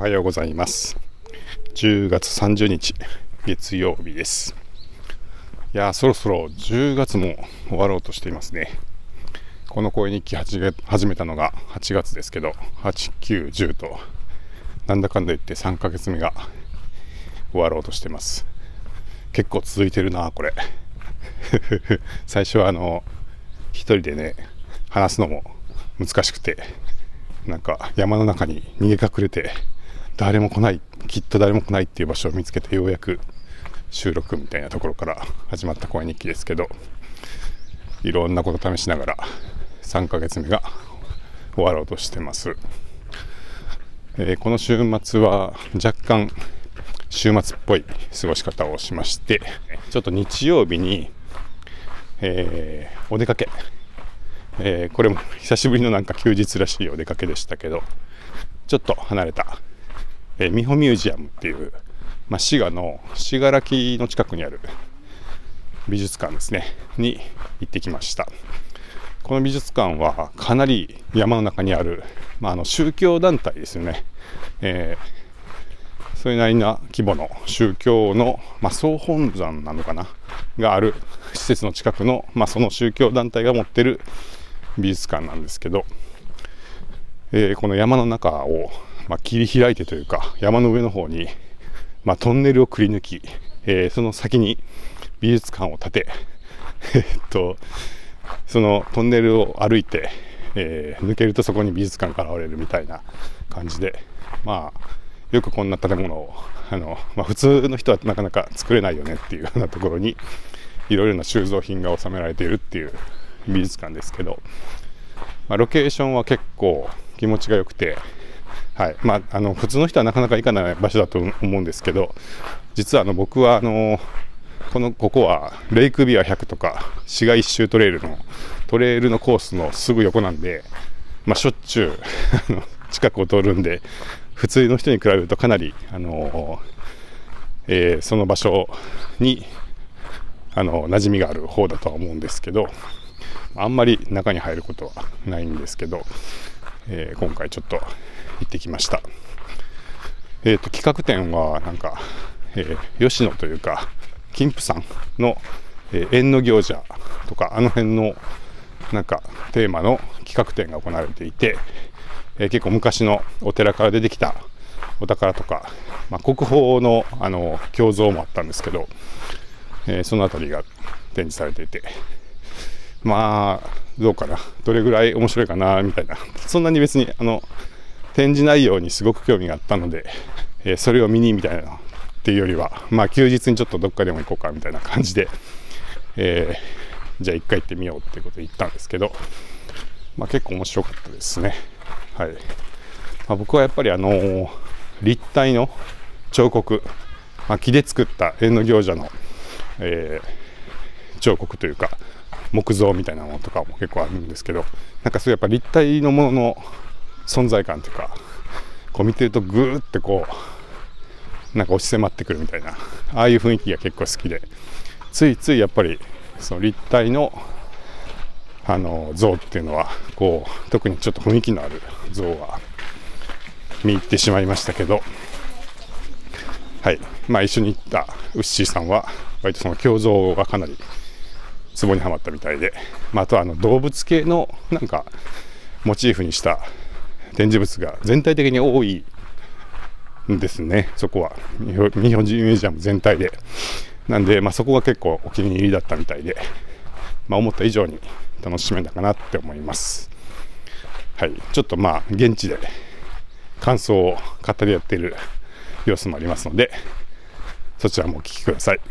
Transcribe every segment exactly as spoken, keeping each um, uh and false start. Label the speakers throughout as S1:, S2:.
S1: はようございます。じゅうがつさんじゅうにち月曜日です。いやそろそろじゅうがつも終わろうとしていますね。この声日記始めたのがはちがつですけど、はち、きゅう、じゅうとなんだかんだ言ってさんかげつめが終わろうとしてます。結構続いてるなこれ最初はあの一人でね話すのも難しくて、なんか山の中に逃げ隠れて誰も来ない、きっと誰も来ないっていう場所を見つけてようやく収録みたいなところから始まった声日記ですけど、いろんなこと試しながらさんかげつめが終わろうとしてます。えー、この週末は若干週末っぽい過ごし方をしまして、ちょっと日曜日に、えー、お出かけ、えー、これも久しぶりのなんか休日らしいお出かけでしたけど、ちょっと離れた、えー、美穂ミュージアムっていう、まあ、滋賀の信楽の近くにある美術館ですねに行ってきました。この美術館はかなり山の中にある、まあ、あの宗教団体ですよね。えー、それなりな規模の宗教の、まあ、総本山なのかながある施設の近くの、まあ、その宗教団体が持ってる美術館なんですけど、えー、この山の中を、まあ、切り開いてというか山の上の方に、まあ、トンネルをくり抜き、えー、その先に美術館を建てえっとそのトンネルを歩いて、えー、抜けるとそこに美術館が現れるみたいな感じで、まあよくこんな建物をあの、まあ、普通の人はなかなか作れないよねっていうようなところにいろいろな収蔵品が収められているっていう美術館ですけど、まあ、ロケーションは結構気持ちが良くて、はいまあ、あの普通の人はなかなか行かない場所だと思うんですけど、実はあの僕はあのこのここはレイクビアひゃくとか市街一周トレイルのトレイルのコースのすぐ横なんで、まあ、しょっちゅう近くを通るんで、普通の人に比べるとかなり、あのえー、その場所にあの馴染みがある方だとは思うんですけど、あんまり中に入ることはないんですけど、えー、今回ちょっと行ってきました。えーと、企画展はなんか、えー、吉野というか金峰山の、えー、縁の行者とかあの辺のなんかテーマの企画展が行われていて、えー、結構昔のお寺から出てきたお宝とか、まあ、国宝のあの経像もあったんですけど、えー、そのあたりが展示されていて、まあどうかな、どれぐらい面白いかなみたいな、そんなに別にあの展示内容にすごく興味があったので、えー、それを見にみたいなっていうよりは、まあ休日にちょっとどっかでも行こうかみたいな感じで、えー、じゃあ一回行ってみようっていうことで行ったんですけど、まあ結構面白かったですね。はい。まあ、僕はやっぱりあのー、立体の彫刻、まあ、木で作った縁の行者の、えー、彫刻というか木像みたいなものとかも結構あるんですけど、なんかそういうやっぱ立体のものの存在感というか、こう見てるとグーってこうなんか押し迫ってくるみたいな、ああいう雰囲気が結構好きで、ついついやっぱりその立体のあの像っていうのはこう特にちょっと雰囲気のある像は見入ってしまいましたけど、はい、まあ一緒に行ったウッシーさんは割とその経像がかなりツボにはまったみたいで、まあ、あとはあの動物系のなんかモチーフにした展示物が全体的に多いんですね。そこは日本ミュージアム全体でなんで、まあ、そこが結構お気に入りだったみたいで、まあ、思った以上に楽しめたかなって思います。はい、ちょっとまあ現地で感想を語り合っている様子もありますので、そちらもお聞きください。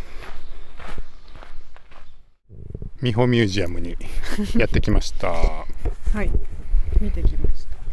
S1: 美穂ミュージアムにやってきました
S2: はい、見てきま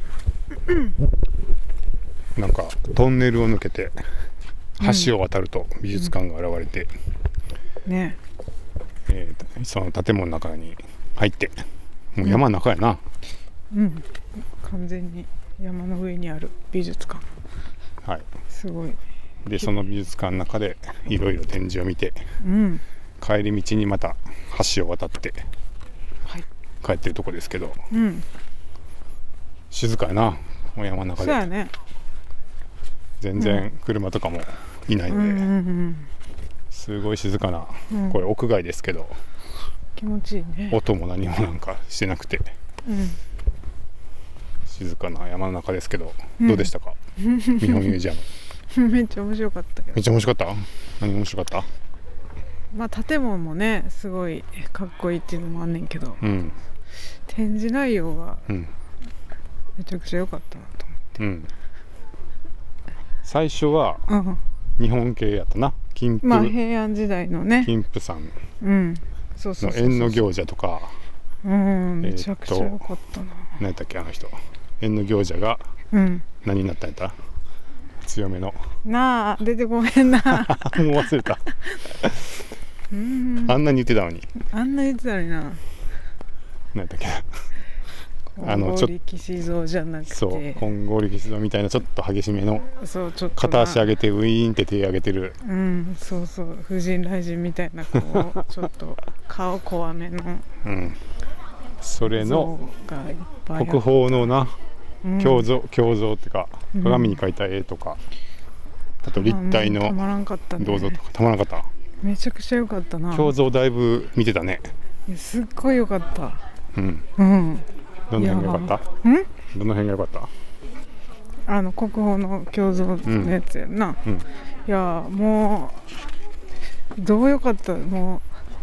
S2: した
S1: なんかトンネルを抜けて橋を渡ると美術館が現れて、
S2: うんね
S1: えー、その建物の中に入って、もう山の中やな、
S2: うん、うん、完全に山の上にある美術館、
S1: はい、
S2: すごい。
S1: でその美術館の中でいろいろ展示を見て、
S2: うん、
S1: 帰り道にまた橋を渡って帰ってるとこですけど、
S2: うん、
S1: 静かやな、もう山の中で。
S2: そうやね。
S1: 全然車とかもいないので、
S2: うんうんうん、
S1: すごい静かな、
S2: うん、
S1: これ屋外ですけど
S2: 気持ちいいね。
S1: 音も何もなんかしてなくて、
S2: うん、
S1: 静かな山の中ですけど、
S2: うん、
S1: どうでしたか日本ミュージアム。
S2: めっちゃ面白かったけど。
S1: めっちゃ面白かった。何面白かった。
S2: まあ建物もねすごいかっこいいっていうのもあんねんけど、
S1: うん、
S2: 展示内容が
S1: うん
S2: めちゃくちゃ良かったなと思って、
S1: うん、最初は
S2: うん、
S1: 日本系やったな。金峰、
S2: まあ平安時代のね、
S1: 金峰山
S2: うん、そうそう
S1: の
S2: そうそう、
S1: 縁の行者とか、
S2: うん、めちゃくちゃ良かったな。
S1: 何やったっけあの人、縁の行者が
S2: うん
S1: 何になったんやった、強めの
S2: なあ出てこへんな
S1: もう忘れた
S2: うん
S1: あんなに言ってたのに
S2: あんな言ってたのにな。
S1: 何やったっけあの
S2: 金剛力士像じゃなくて、
S1: そう金剛力士像みたいなちょっと激しめの
S2: そうちょっと
S1: 片足上げてウィーンって手上げてる、
S2: うん、そうそう婦人雷神みたいなこうちょっと顔怖めの
S1: うん、それの
S2: 像がいっぱいある
S1: 国宝のな胸像、
S2: うん、
S1: 胸像っていうか
S2: うん
S1: 鏡に描いた絵とか、あと立体の
S2: たまらんかったね。
S1: 銅像とかたまらなかった。
S2: めちゃくちゃ良かったな。
S1: 胸像だいぶ見てたね。
S2: いやすっごい良かった。
S1: うん
S2: うん
S1: どの辺が良かった
S2: ん
S1: どの辺が良かった
S2: あの国宝の胸像のやつやんな、
S1: うん、
S2: いやもうどう良かった。も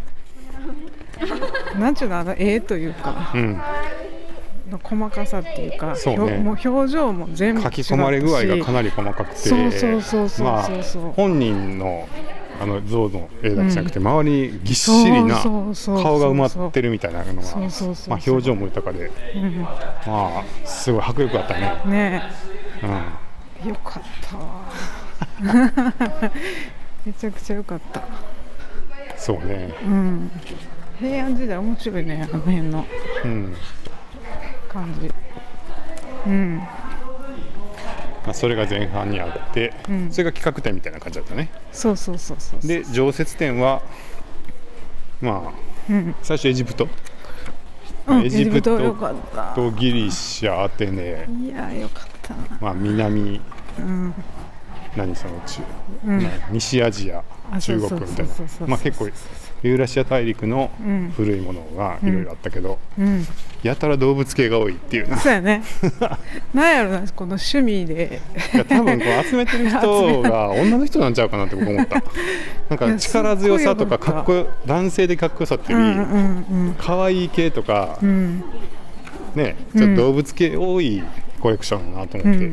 S2: うなんちゅうのあの絵というか、
S1: うん、
S2: の細かさっていうか、
S1: そうね、
S2: もう表情も全部違
S1: 書
S2: ったし、
S1: き込まれ具合がかなり細かくて、
S2: そうそうそうそう
S1: まあ
S2: そうそう、
S1: 本人のあの像の絵だけじゃなくて、うん、周りにぎっしりな顔が埋まってるみたいなのが、まあ表情も豊かで、うん、まあすごい迫力あったね。
S2: ねえ、うん、よかったわめちゃくちゃよかった。
S1: そうね、
S2: うん、平安時代面白いね、あの辺の感じ、うん、
S1: まあ、それが前半にあって、うん、それが企画展みたいな感じだったね。
S2: そうそうそうそう。
S1: で常設展はまあ、うん、最初エジプト、
S2: うん、
S1: エジプト
S2: と
S1: ギリシャ、アテネ、
S2: いやよかったな、
S1: まあ、南、うん、何その中、うん、西アジア、中国みたいな、まあ結構ユーラシア大陸の古いものがいろいろあったけど、うんうん、やたら動物系が多いっていうな。
S2: そうやねなんやろな、この趣味で
S1: いや多分こう集めてる人が女の人なんちゃうかなって僕思ったなんか力強さとかかっこよ、男性でかっこよさっていうより、うんうんうん、可愛い系とか、うん、ね、ちょっと動物系多いコレクションだなと思って、うんうんうん、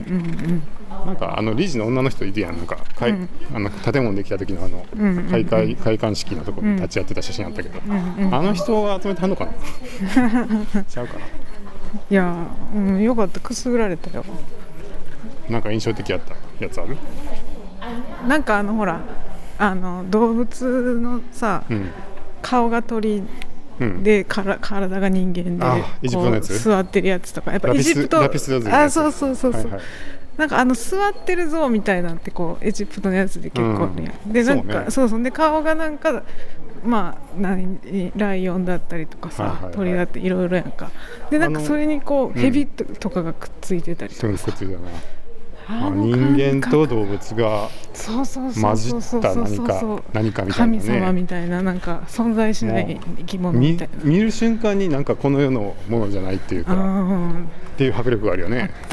S1: なんかあの理事の女の人いるやん、なんか、うん、あの建物できた時のあの、うんうん、開会開館式のところに立ち会ってた写真あったけど、うんうん、あの人が集めてはんのかなちゃうかな。
S2: いや、うん、よかった、くすぐられたよ。
S1: なんか印象的やったやつある？
S2: なんかあのほらあの動物のさ、うん、顔が鳥で、うん、から体が人間で
S1: エジプトのやつ
S2: 座ってるやつとか、やっぱエジプト、
S1: ラピスラズリの
S2: やつ、あ、そうそうそうそう、
S1: はいはい、
S2: なんかあの座ってる像みたいなんてこうエジプトのやつで結構あるやん、うん、でなんかそう、ね、そうそうで顔がなんかまあ何ライオンだったりとかさ、はいはいはい、鳥だっていろいろやんか、でなんかそれにこうヘビとかがくっついてたりとかさ、うん、
S1: まあ、人間と動物が混じった何か何かみたいなね、
S2: 神様みたいな、なんか存在しない生き物みたいな、
S1: 見る瞬間になんかこの世のものじゃないっていうか、っていう迫力があるよね。
S2: あった、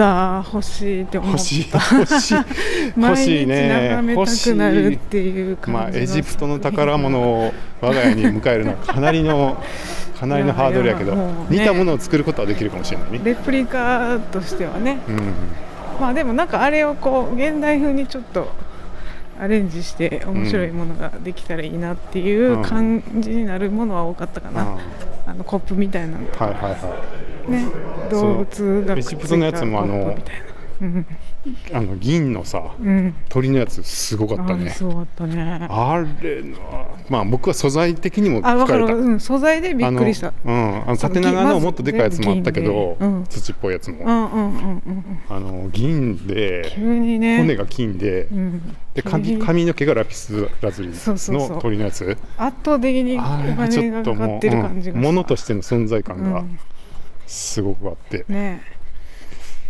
S2: 欲しいって思った。
S1: 欲しい欲しい欲しいね、
S2: 毎日眺めたくなるっていう感じ、
S1: まあ、エジプトの宝物を我が家に迎えるのはかなりのかなりのハードルやけど、ね、似たものを作ることはできるかもしれないね、
S2: レプリカとしてはね、うん、まあでもなんかあれをこう現代風にちょっとアレンジして面白いものができたらいいなっていう感じになるものは多かったかな、うん、あのコップみたいなのとか、
S1: はいはいはい
S2: ね、動物がくっついたコップみたいな、エジプトのやつもあの
S1: うん、あの銀のさ、うん、鳥のやつすごかったね。
S2: あ、すごかったね。
S1: あれの、まあ僕は素材的にも
S2: 惹かれた。うん、素材でびっくりした。
S1: あの、うん、あの縦長のもっとでかいやつもあったけど、うん、土っぽいやつも、うんうんうんうん、あの銀で
S2: 急に、ね、
S1: 骨が金で、うん、で 髪, 髪の毛がラピスラズリの鳥のやつ、そうそうそう、
S2: 圧倒的にお金がかかってる感じがした。
S1: 物としての存在感がすごくあって、
S2: うん、ね、
S1: よかった。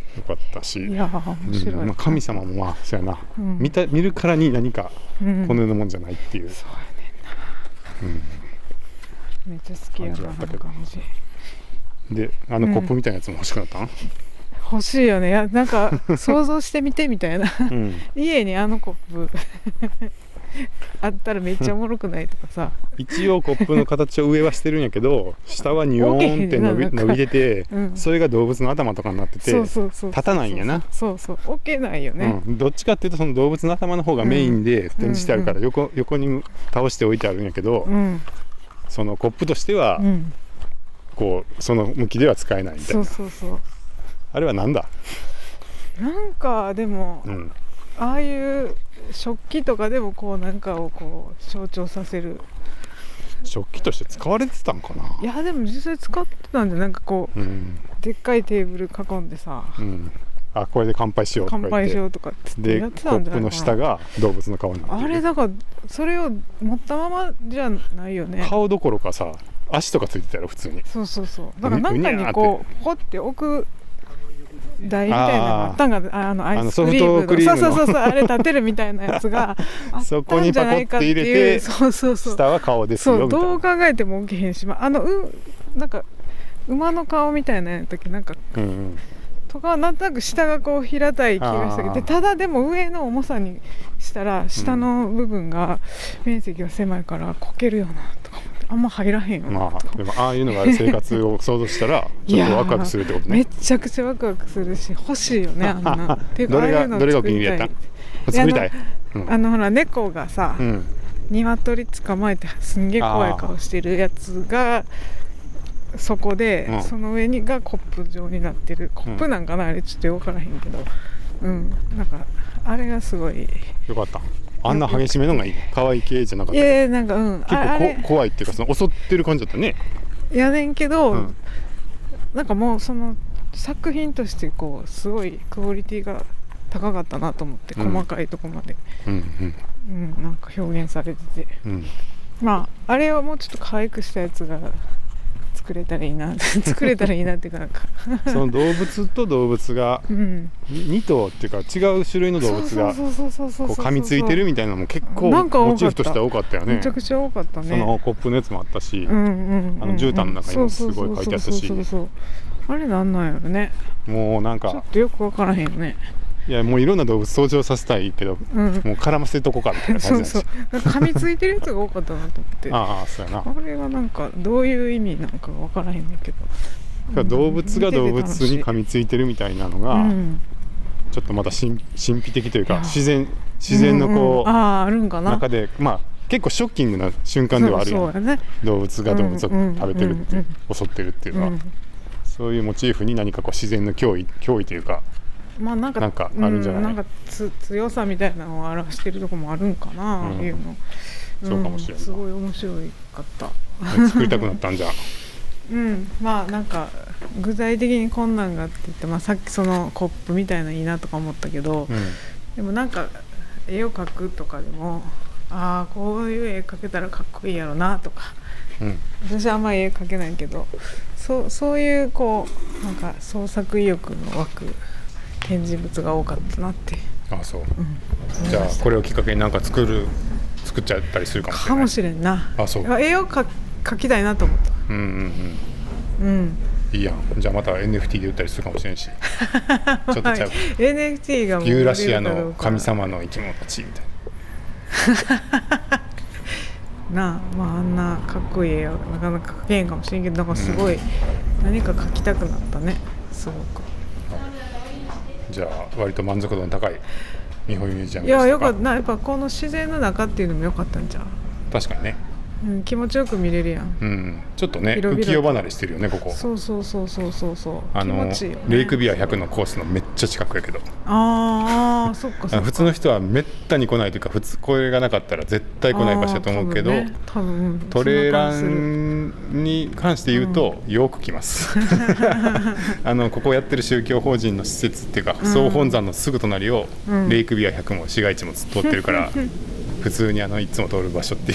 S1: ったし、
S2: いや面白い、
S1: うんまあ、神様もまあそうやな、
S2: うん、
S1: 見た見るからに何か
S2: うん
S1: この世のもんじゃないっていう、
S2: そうやねんな、うん、めっちゃ好きやな、あの感じ
S1: で、あのコップみたいなやつも欲しくなったん、
S2: うん、欲しいよね。いやなんか想像してみてみたいな、うん、家にあのコップあったらめっちゃおもろくないとかさ、
S1: 一応コップの形を上はしてるんやけど下はニューンって伸び、伸びてて、うん、それが動物の頭とかになってて立たないんやな。
S2: そうそう置けないよね、
S1: うん、どっちかっていうとその動物の頭の方がメインで展示してあるから横、うんうん、横に倒しておいてあるんやけど、うん、そのコップとしては、うん、こうその向きでは使えないみたいな。
S2: そうそうそう、
S1: あれはなんだ、
S2: なんかでも、うん、ああいう食器とかでもこうなんかをこう象徴させる、
S1: 食器として使われてたんかな。
S2: いやでも実際使ってたんじゃ、なんかこう、うん、でっかいテーブル囲んでさ、うん、
S1: あこれで乾杯しようとか言って
S2: 乾杯しようとかってやってたんじゃないかな。
S1: でコップの下が動物の顔になってる。
S2: あれだからそれを持ったままじゃないよね。
S1: 顔どころかさ足とかついてたよ普通に。
S2: そうそうそう、だからなんかにこうポッて置く台みたいなのがあったんが、あのアイスクリームの、そうそうそうそう、あれ立てるみたいなやつがあったんじゃないかっていう、そこにパコって入れて、そうそうそう、
S1: 下は顔ですよみたいな。
S2: そうどう考えても起きへんし、あのうなんか馬の顔みたいなやつ時なんか、うんうん、とかなんとなく下がこう平たい気がしたけど、ただでも上の重さにしたら下の部分が面積が狭いからこけるよなとか思って、あんま入らへんよな、ま
S1: あ、でもああいうのがある生活を想像したらちょっとワクワクするってことね。
S2: めちゃくちゃワクワクするし欲しいよね、あんなっていうか、
S1: どれがどれがお気に入りやったん？作りたい。
S2: あの、うん、あのほら猫がさ、うん、鶏捕まえてすんげえ怖い顔してるやつがそこで、うん、その上にがコップ状になってる、コップなんかな、あれちょっとよくわからへんけど、うん、なんかあれがすごい
S1: よかった。あんな激しめのがいい、可愛い系じゃなかった。
S2: いやなんか、うん、
S1: 結構こ怖いっていうかその襲ってる感じだったね。
S2: やねんけど、うん、なんかもうその作品としてこうすごいクオリティが高かったなと思って、うん、細かいとこまで、うんうんうん、なんか表現されてて、うん、まああれをもうちょっと可愛くしたやつが作れたらいいな作れたらいいなっていうか、なんか
S1: その動物と動物がに頭っていうか違う種類の動物が噛みついてるみたいなのも結構モチーフとしては多かったよね。
S2: めちゃくちゃ多かったね。
S1: そのコップのやつもあったし、うんうんうんうん、あの絨毯の中にもすごい書いてあったし、
S2: あれなんなんやろね。
S1: もうなんか
S2: ちょっとよく分からへんよね。
S1: いやもういろんな動物登場させたいけど、うん、もう絡ませるとこかみたいな感じ
S2: そうそう噛みついてるやつが多かったなと思って
S1: ああそうやな。
S2: あれがなんかどういう意味なのか分からへんねんけど、
S1: うん、動物が動物に噛みついてるみたいなのが、うん、ちょっとまた神秘的というか自然自然のこう、うんうん、
S2: ああるんかな
S1: 中でまあ結構ショッキングな瞬間ではあるやん。そうそうやね、動物が動物を食べてるって、うんうんうん、襲ってるっていうのは、うん、そういうモチーフに何かこう自然の脅威脅威というか
S2: まあ、なんか、
S1: なんかあるんじゃない、
S2: うん、なんかつ強さみたいなのを表してるところもあるんかな、うん、いうの、
S1: うん、そうかもしれない。
S2: すごい面白かった
S1: 作りたくなったんじゃ
S2: うんまあなんか具体的にこんなんがって言って、まあ、さっきそのコップみたいないいなとか思ったけど、うん、でもなんか絵を描くとかでもああこういう絵描けたらかっこいいやろなとか、うん、私はあんまり絵描けないけど そ, そういうこうなんか創作意欲の湧く展示物が多かったなって。
S1: ああそう、うん、じゃあこれをきっかけに何か作る作っちゃったりするかもしれない
S2: かもしれんな。
S1: あそう
S2: 絵を描きたいなと思った。
S1: うんうんうん、うん、いいやん。じゃあまた エヌエフティー で売ったりするかもしれんしちょっとちゃう、はい、
S2: エヌエフティー がもう
S1: ユーラシアの神様の生き物たちみたい
S2: ななあ、まああんなかっこいい絵をなかなか描けんかもしれんけど、なんかすごい何か描きたくなったね、すごく。
S1: じゃあ割と満足度の高い日本ミュージアム
S2: ですか。いやよかったな、やっぱこの自然の中っていうのも良かったんじゃん。
S1: 確かにね、
S2: うん、気持ちよく見れるやん、
S1: うん、ちょっとね浮世離れしてるよねここ。
S2: そうそうそうそうそうそう、
S1: あの気持ちいいよね。レイクビアひゃくのコースのめっちゃ近くやけど、
S2: ああそっかそっか。
S1: 普通の人はめったに来ないというか、普通これがなかったら絶対来ない場所だと思うけど、ね、多分トレランに関して言うと、うん、よく来ますあのここやってる宗教法人の施設っていうか、うん、総本山のすぐ隣を、うん、レイクビアひゃくも市街地も通ってるから普通にあのいつも通る場所っていう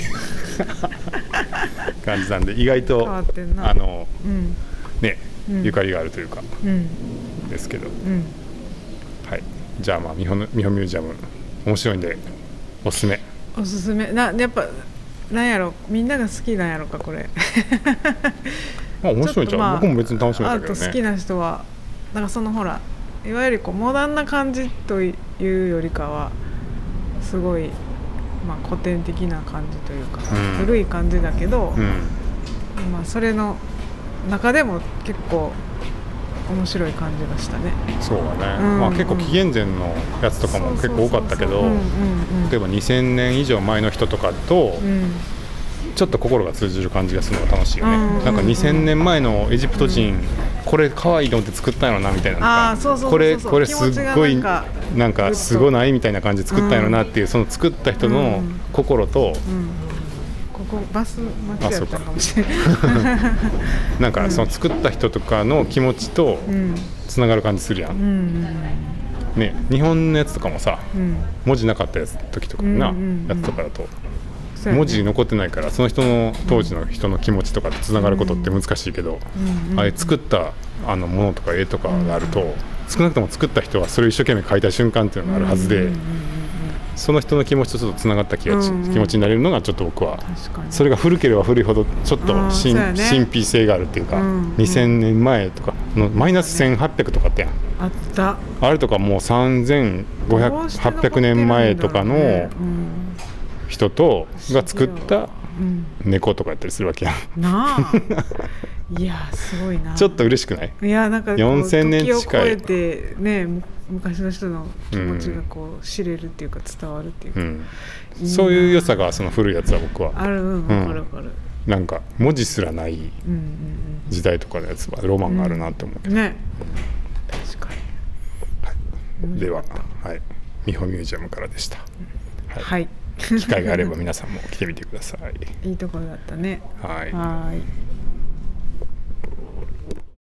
S1: 感じなんで、意外とあの、うん、ね、うん、ゆかりがあるというか、うん、ですけど、うん、 じゃあまあ美穂美穂ミュージアム面白いんでおすすめ。
S2: おすすめな、やっぱなんやろ、みんなが好きなんやろかこれ
S1: まあ面白いじゃん、まあ、僕も別に楽しめたけどね。
S2: アート好きな人はなんかそのほらいわゆるこうモダンな感じというよりかはすごい、まあ、古典的な感じというか、うん、古い感じだけど、うんまあ、それの中でも結構面白い感じがしたね。
S1: そうだね、うんうんまあ、結構紀元前のやつとかも結構多かったけど、例えばにせんねん以上前の人とかと、うん、ちょっと心が通じる感じがするのが楽しいよね、うんうんうん、なんかにせんねんまえのエジプト人、うん、これ可愛いと思って作ったんやろなみたいな、
S2: あそうそうそうそう
S1: これこれすっごいなんかすごないみたいな感じで作ったんやろなっていう、その作った人の心と、うんうん
S2: ここバス待ちやったかもしれない
S1: なんかその作った人とかの気持ちとつながる感じするやん、うんうんね、日本のやつとかもさ、うん、文字なかったやつ時とかな、うんうんうん、やつとかだと文字残ってないからその人の当時の人の気持ちとかとつながることって難しいけど、うんうん、あれ作ったあのものとか絵とかがあると、うんうん、少なくとも作った人はそれを一生懸命描いた瞬間っていうのがあるはずで、うんうんうんその人の気持ちとちょっとつながった気が、うんうん、気持ちになれるのがちょっと僕はそれが古ければ古いほどちょっと神、ね、神秘性があるっていうか、うんうん、にせんねんまえとかのマイナスせんはっぴゃくとかってやん
S2: あった
S1: あれとかもうさんぜんごひゃく、はっぴゃくねんまえとかの人とが作った猫とかやったりするわけやん
S2: なあいやすごいな
S1: ちょっと嬉しくない？
S2: いやなんか
S1: よんせんねん近い
S2: 時を超えてね昔の人の気持ちがこう知れるっていうか伝わるっていうか、うんいい
S1: そういう良さがその古いやつは僕は
S2: あるうん分かる分かる、
S1: うん、なんか文字すらない時代とかのやつはロマンがあるなって思うけど、
S2: うん、ね確かに、
S1: はい、では、はい、美穂ミュージアムからでした、
S2: はい、はい
S1: 機会があれば皆さんも来てみてくださ
S2: いいいところだったね
S1: はい
S2: はい